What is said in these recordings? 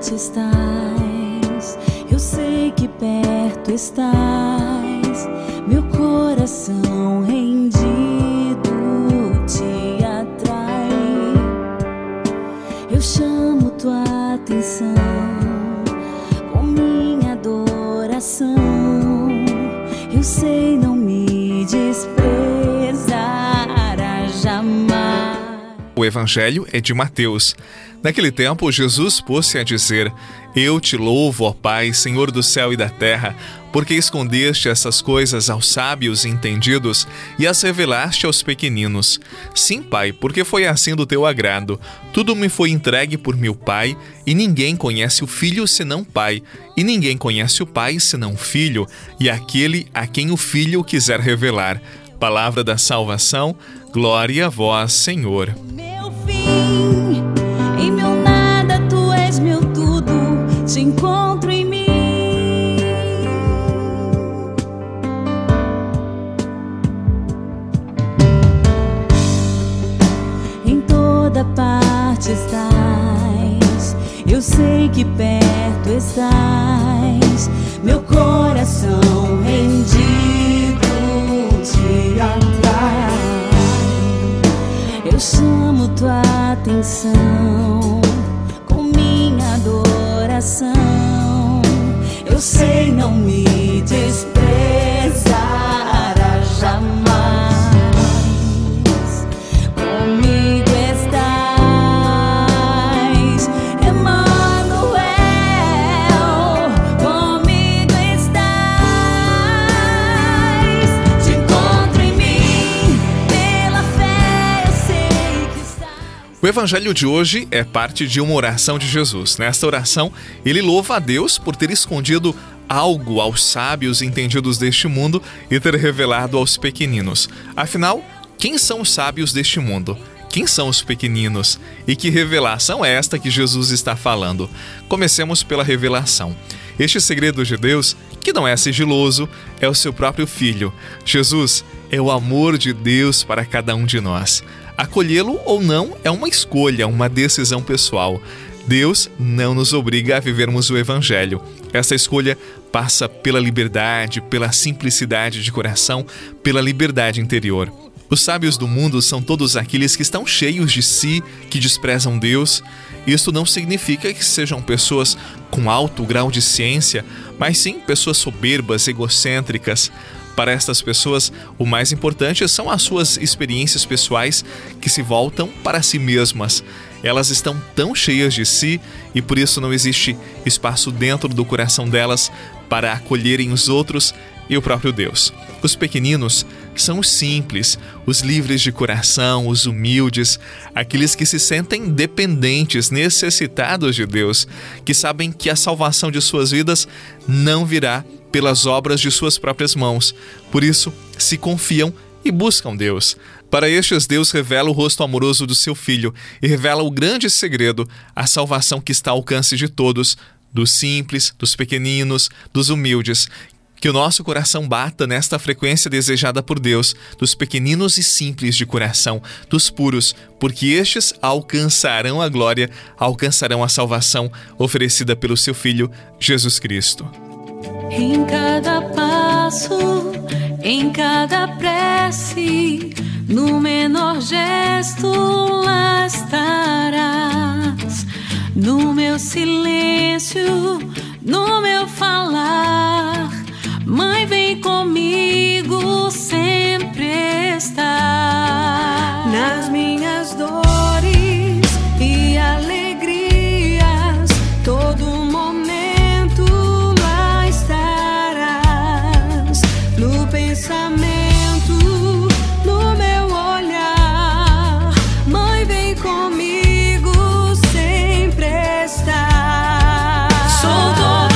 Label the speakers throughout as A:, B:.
A: parte estás, eu sei que perto estás, meu coração rendido te atrai. Eu chamo tua atenção com minha adoração, eu sei não me desprezará jamais.
B: O Evangelho é de Mateus. Naquele tempo, Jesus pôs-se a dizer: Eu te louvo, ó Pai, Senhor do céu e da terra, porque escondeste essas coisas aos sábios e entendidos e as revelaste aos pequeninos. Sim, Pai, porque foi assim do teu agrado. Tudo me foi entregue por meu Pai, e ninguém conhece o Filho senão o Pai, e ninguém conhece o Pai senão o Filho, e aquele a quem o Filho quiser revelar. Palavra da salvação, glória a vós, Senhor.
A: Meu fim, em meu nada tu és meu tudo, te encontro em mim. Em toda parte estás, eu sei que perto estás, meu coração rendido te atrai. Eu chamo tua atenção com minha adoração, eu sei não me desprezará jamais. Comigo estás, Emanuel, comigo estás, te encontro em mim, pela fé eu sei que estás.
B: O Evangelho de hoje é parte de uma oração de Jesus. Nesta oração, ele louva a Deus por ter escondido algo aos sábios e entendidos deste mundo e ter revelado aos pequeninos. Afinal, quem são os sábios deste mundo? Quem são os pequeninos? E que revelação é esta que Jesus está falando? Comecemos pela revelação. Este segredo de Deus, que não é sigiloso, é o seu próprio Filho. Jesus é o amor de Deus para cada um de nós. Acolhê-lo ou não é uma escolha, uma decisão pessoal. Deus não nos obriga a vivermos o Evangelho. Essa escolha passa pela liberdade, pela simplicidade de coração, pela liberdade interior. Os sábios do mundo são todos aqueles que estão cheios de si, que desprezam Deus. Isso não significa que sejam pessoas com alto grau de ciência, mas sim pessoas soberbas, egocêntricas. Para estas pessoas, o mais importante são as suas experiências pessoais que se voltam para si mesmas. Elas estão tão cheias de si e por isso não existe espaço dentro do coração delas para acolherem os outros e o próprio Deus. Os pequeninos são os simples, os livres de coração, os humildes, aqueles que se sentem dependentes, necessitados de Deus, que sabem que a salvação de suas vidas não virá pelas obras de suas próprias mãos. Por isso, se confiam e buscam Deus. Para estes, Deus revela o rosto amoroso do seu Filho e revela o grande segredo, a salvação que está ao alcance de todos, dos simples, dos pequeninos, dos humildes. Que o nosso coração bata nesta frequência desejada por Deus, dos pequeninos e simples de coração, dos puros, porque estes alcançarão a glória, alcançarão a salvação oferecida pelo seu Filho, Jesus Cristo.
A: Em cada passo, em cada prece, no menor gesto lá estarás. No meu silêncio, no meu falar, Mãe, vem comigo, sempre está. Nas minhas dores e alegrias, todo momento lá estarás. No pensamento, no meu olhar, Mãe, vem comigo, sempre está. Sou todo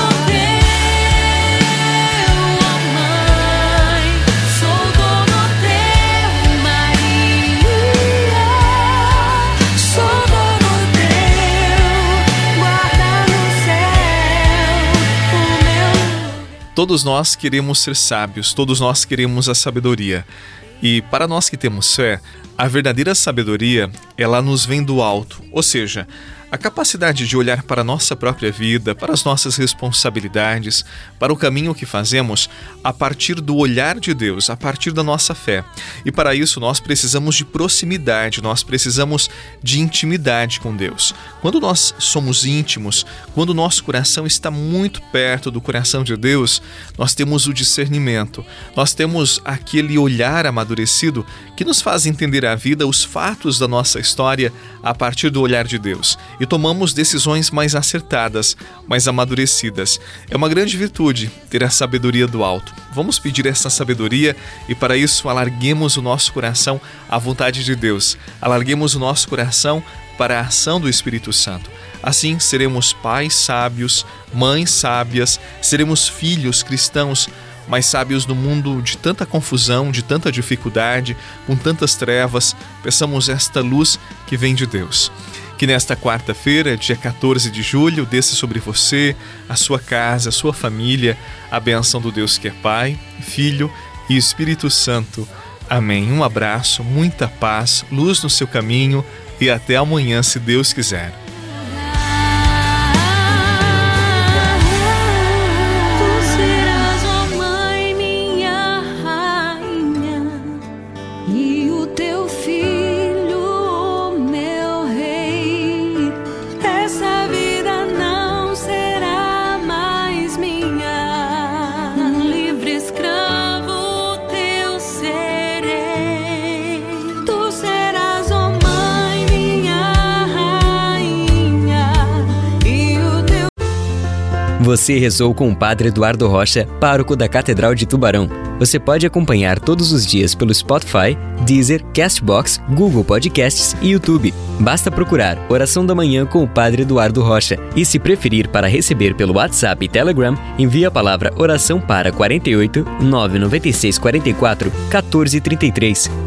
B: Todos nós queremos ser sábios, todos nós queremos a sabedoria. E para nós que temos fé, a verdadeira sabedoria, ela nos vem do alto. Ou seja, A capacidade de olhar para a nossa própria vida, para as nossas responsabilidades, para o caminho que fazemos a partir do olhar de Deus, a partir da nossa fé. E para isso nós precisamos de proximidade, nós precisamos de intimidade com Deus. Quando nós somos íntimos, quando o nosso coração está muito perto do coração de Deus, nós temos o discernimento, nós temos aquele olhar amadurecido que nos faz entender a vida, os fatos da nossa história a partir do olhar de Deus. E tomamos decisões mais acertadas, mais amadurecidas. É uma grande virtude ter a sabedoria do alto. Vamos pedir essa sabedoria e para isso alarguemos o nosso coração à vontade de Deus. Alarguemos o nosso coração para a ação do Espírito Santo. Assim seremos pais sábios, mães sábias, seremos filhos cristãos, mas sábios no mundo de tanta confusão, de tanta dificuldade, com tantas trevas. Peçamos esta luz que vem de Deus. Que nesta quarta-feira, dia 14 de julho, desça sobre você, a sua casa, a sua família, a bênção do Deus que é Pai, Filho e Espírito Santo. Amém. Um abraço, muita paz, luz no seu caminho e até amanhã, se Deus quiser.
C: Você rezou com o Padre Eduardo Rocha, pároco da Catedral de Tubarão. Você pode acompanhar todos os dias pelo Spotify, Deezer, Castbox, Google Podcasts e YouTube. Basta procurar Oração da Manhã com o Padre Eduardo Rocha. E se preferir para receber pelo WhatsApp e Telegram, envie a palavra oração para 48 996 44 14 33.